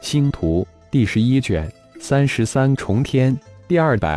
星图第11卷33重天第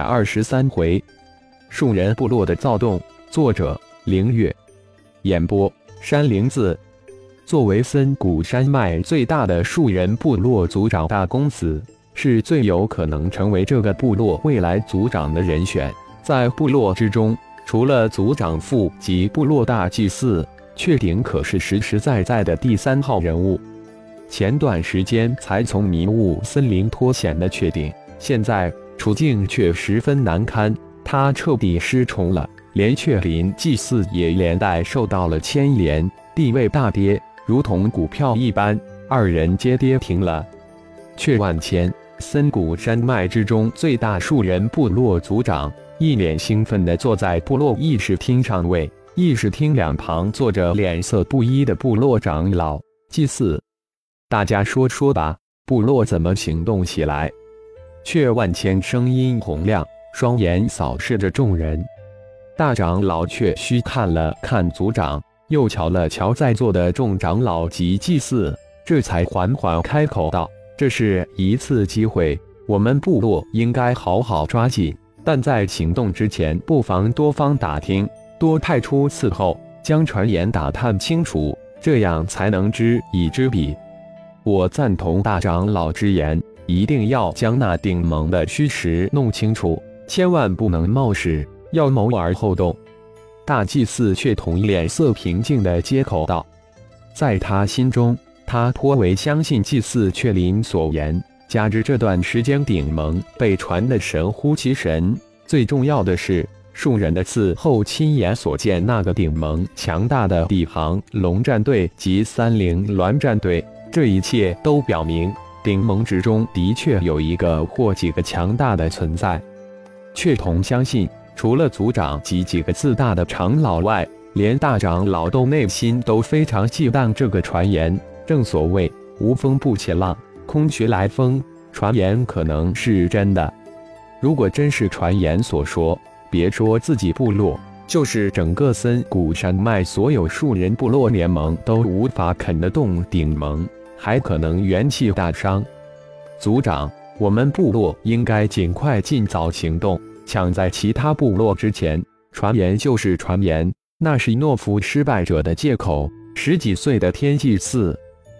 223回，树人部落的躁动。作者：凌月。演播：山灵子。作为森谷山脉最大的树人部落族长，大公子是最有可能成为这个部落未来族长的人选。在部落之中，除了族长父及部落大祭司，确定可是实实在在的第3号人物。前段时间才从迷雾森林脱险的确定，现在处境却十分难堪，他彻底失宠了，连雀林祭祀也连带受到了牵连，地位大跌，如同股票一般，二人皆跌停了。阙万千，森谷山脉之中最大树人部落族长，一脸兴奋地坐在部落议事厅上位，议事厅两旁坐着脸色不一的部落长老、祭祀。大家说说吧，部落怎么行动起来？阙万千声音洪亮，双眼扫视着众人。大长老却须看了看族长，又瞧了瞧在座的众长老及祭祀，这才缓缓开口道：“这是一次机会，我们部落应该好好抓紧。但在行动之前，不妨多方打听，多派出伺候，将传言打探清楚，这样才能知己知彼。”我赞同大长老之言，一定要将那顶盟的虚实弄清楚，千万不能冒失，要谋而后动。大祭司却同脸色平静地接口道：“在他心中，他颇为相信祭祀阙林所言，加之这段时间顶盟被传得神乎其神，最重要的是树人的伺候亲眼所见那个顶盟强大的地行龙战队及30鸾战队，这一切都表明顶盟之中的确有一个或几个强大的存在。却同相信，除了族长及几个自大的长老外，连大长老都内心都非常忌惮这个传言。正所谓无风不起浪，空穴来风，传言可能是真的。如果真是传言所说，别说自己部落，就是整个森谷山脉所有树人部落联盟都无法啃得动顶盟，还可能元气大伤。族长，我们部落应该尽快尽早行动，抢在其他部落之前。传言就是传言，那是懦夫失败者的借口。10几岁的天祭司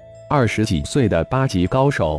，20几岁的8级高手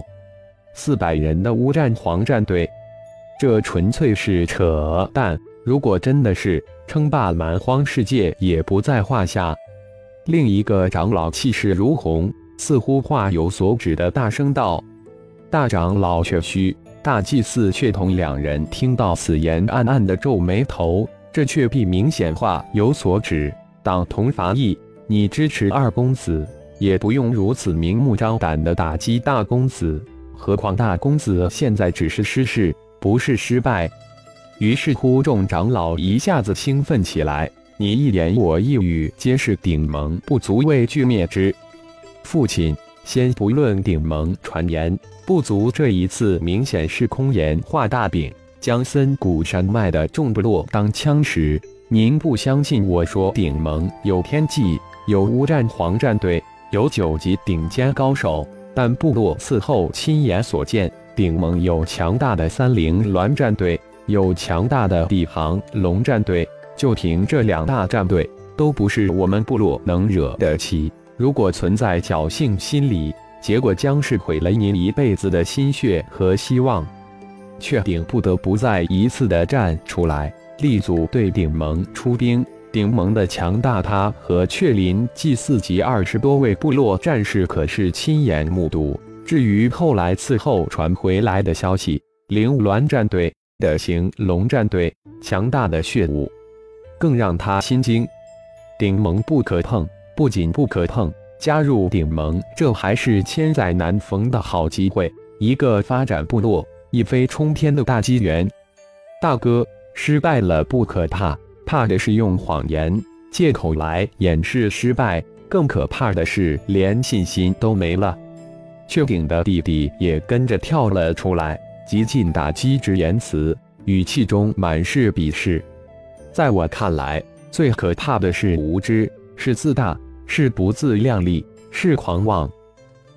，400人的乌战皇战队，这纯粹是扯淡。如果真的是，称霸蛮荒世界也不在话下。另一个长老气势如虹，似乎话有所指的大声道：“大长老却须。”大祭司却同两人听到此言，暗暗地皱眉头，这却必明显话有所指，党同伐异。你支持二公子，也不用如此明目张胆地打击大公子，何况大公子现在只是失势，不是失败。于是乎，众长老一下子兴奋起来，你一言我一语，皆是顶盟不足为惧灭之。父亲，先不论顶盟传言不足，这一次明显是空言画大饼，将森谷山脉的众部落当枪使。您不相信我说顶盟有天际，有乌战皇战队，有9级顶尖高手，但部落伺候亲眼所见，顶盟有强大的30鸾战队，有强大的地行龙战队，就凭这2大战队，都不是我们部落能惹得起。如果存在侥幸心理，结果将是毁了您一辈子的心血和希望。确定不得不再一次的站出来，力阻对顶盟出兵。顶盟的强大，他和阙林祭祀及20多位部落战士可是亲眼目睹。至于后来伺候传回来的消息，0鸾战队的行龙战队，强大的血雾，更让他心惊。顶盟不可碰，不仅不可碰，加入顶盟，这还是千载难逢的好机会，一个发展部落、一飞冲天的大机缘。大哥，失败了不可怕，怕的是用谎言、借口来掩饰失败，更可怕的是连信心都没了。阙顶的弟弟也跟着跳了出来，极尽打击之言辞，语气中满是鄙视。在我看来，最可怕的是无知，是自大，是不自量力，是狂妄。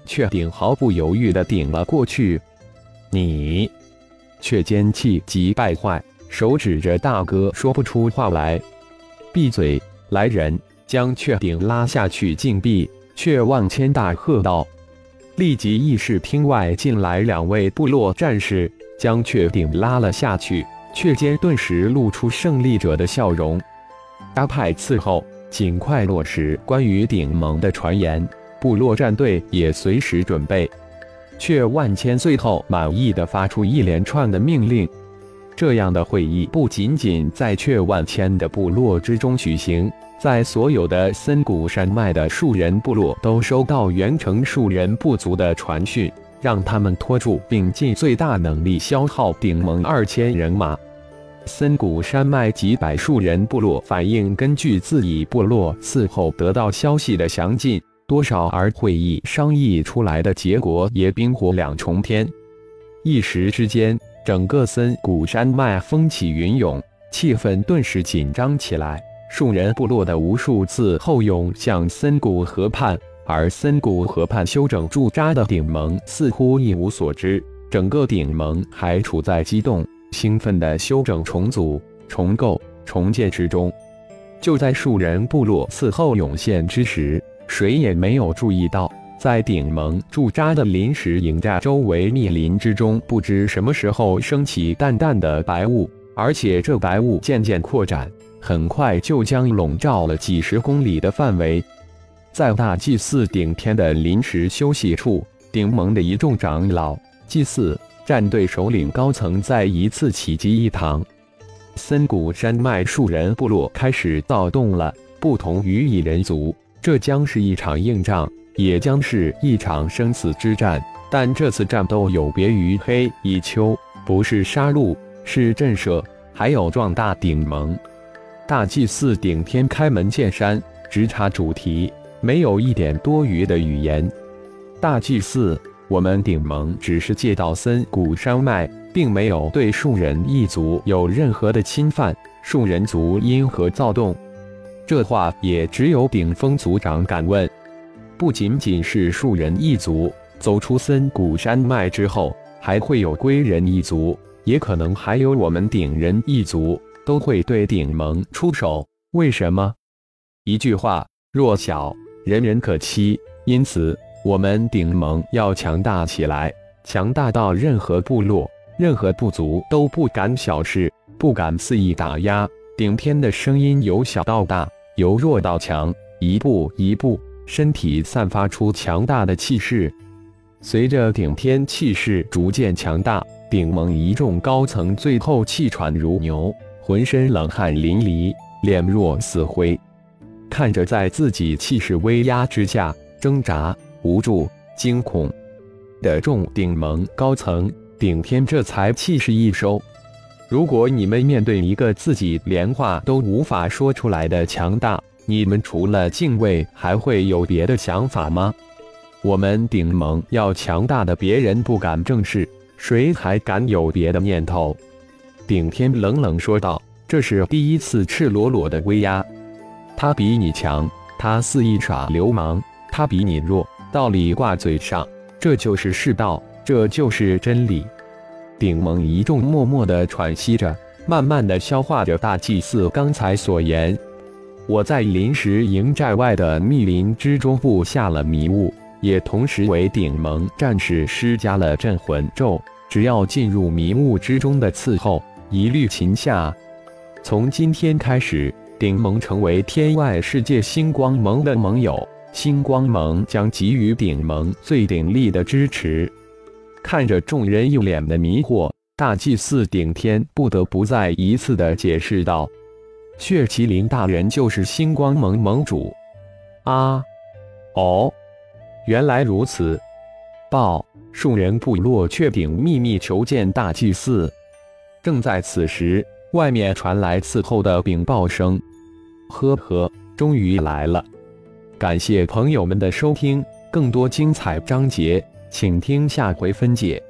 雀顶毫不犹豫地顶了过去。你！雀尖气急败坏，手指着大哥说不出话来。闭嘴！来人，将雀顶拉下去禁闭！雀万千大喝道。立即议事厅外进来2位部落战士，将雀顶拉了下去。雀尖顿时露出胜利者的笑容。加派伺候，尽快落实关于顶盟的传言。部落战队也随时准备。雀万千最后满意地发出一连串的命令。这样的会议不仅仅在雀万千的部落之中举行，在所有的森谷山脉的树人部落都收到原城树人不足的传讯，让他们拖住并尽最大能力消耗顶盟2000人马。森谷山脉几百树人部落反映，根据自己部落伺候得到消息的详尽多少，而会议商议出来的结果也冰火两重天。一时之间，整个森谷山脉风起云涌，气氛顿时紧张起来。树人部落的无数次后涌向森谷河畔，而森谷河畔休整驻扎的顶盟似乎一无所知，整个顶盟还处在激动兴奋的休整、重组、重构、重建之中。就在树人部落伺候涌现之时，谁也没有注意到，在顶盟驻扎的临时营寨周围密林之中，不知什么时候升起淡淡的白雾，而且这白雾渐渐扩展，很快就将笼罩了几十公里的范围。在大祭祀顶天的临时休息处，顶盟的一众长老、祭祀、战队首领高层再一次齐集一堂。森谷山脉树人部落开始躁动了，不同于蚁人族，这将是一场硬仗，也将是一场生死之战。但这次战斗有别于黑蚁丘，不是杀戮，是震慑，还有壮大顶盟。大祭祀顶天开门见山，直插主题，没有一点多余的语言。大祭祀，我们顶盟只是借道森谷山脉，并没有对树人一族有任何的侵犯。树人族因何躁动？这话也只有顶峰族长敢问。不仅仅是树人一族，走出森谷山脉之后，还会有龟人一族，也可能还有我们顶人一族，都会对顶盟出手。为什么？一句话，弱小，人人可欺。因此，我们顶盟要强大起来，强大到任何部落、任何部族都不敢小视，不敢肆意打压。顶天的声音由小到大，由弱到强，一步一步，身体散发出强大的气势。随着顶天气势逐渐强大，顶盟一众高层最后气喘如牛，浑身冷汗淋漓，脸若死灰。看着在自己气势威压之下挣扎、无助、惊恐的众顶盟高层，顶天这才气势一收。如果你们面对一个自己连话都无法说出来的强大，你们除了敬畏还会有别的想法吗？我们顶盟要强大的别人不敢正视，谁还敢有别的念头？顶天冷冷说道，这是第一次赤裸裸的威压。他比你强，他肆意耍流氓，他比你弱，道理挂嘴上，这就是世道，这就是真理。顶盟一众默默地喘息着，慢慢地消化着大祭司刚才所言。我在临时营寨外的密林之中布下了迷雾，也同时为顶盟战士施加了镇魂咒，只要进入迷雾之中的伺候，一律擒下。从今天开始，顶盟成为天外世界星光盟的盟友，星光盟将给予顶盟最鼎力的支持。看着众人一脸的迷惑，大祭司顶天不得不再一次的解释道：血麒麟大人就是星光盟盟主。啊，哦，原来如此。报，树人部落雀顶秘密求见大祭司。正在此时，外面传来伺候的禀报声。呵呵，终于来了。感谢朋友们的收听，更多精彩章节，请听下回分解。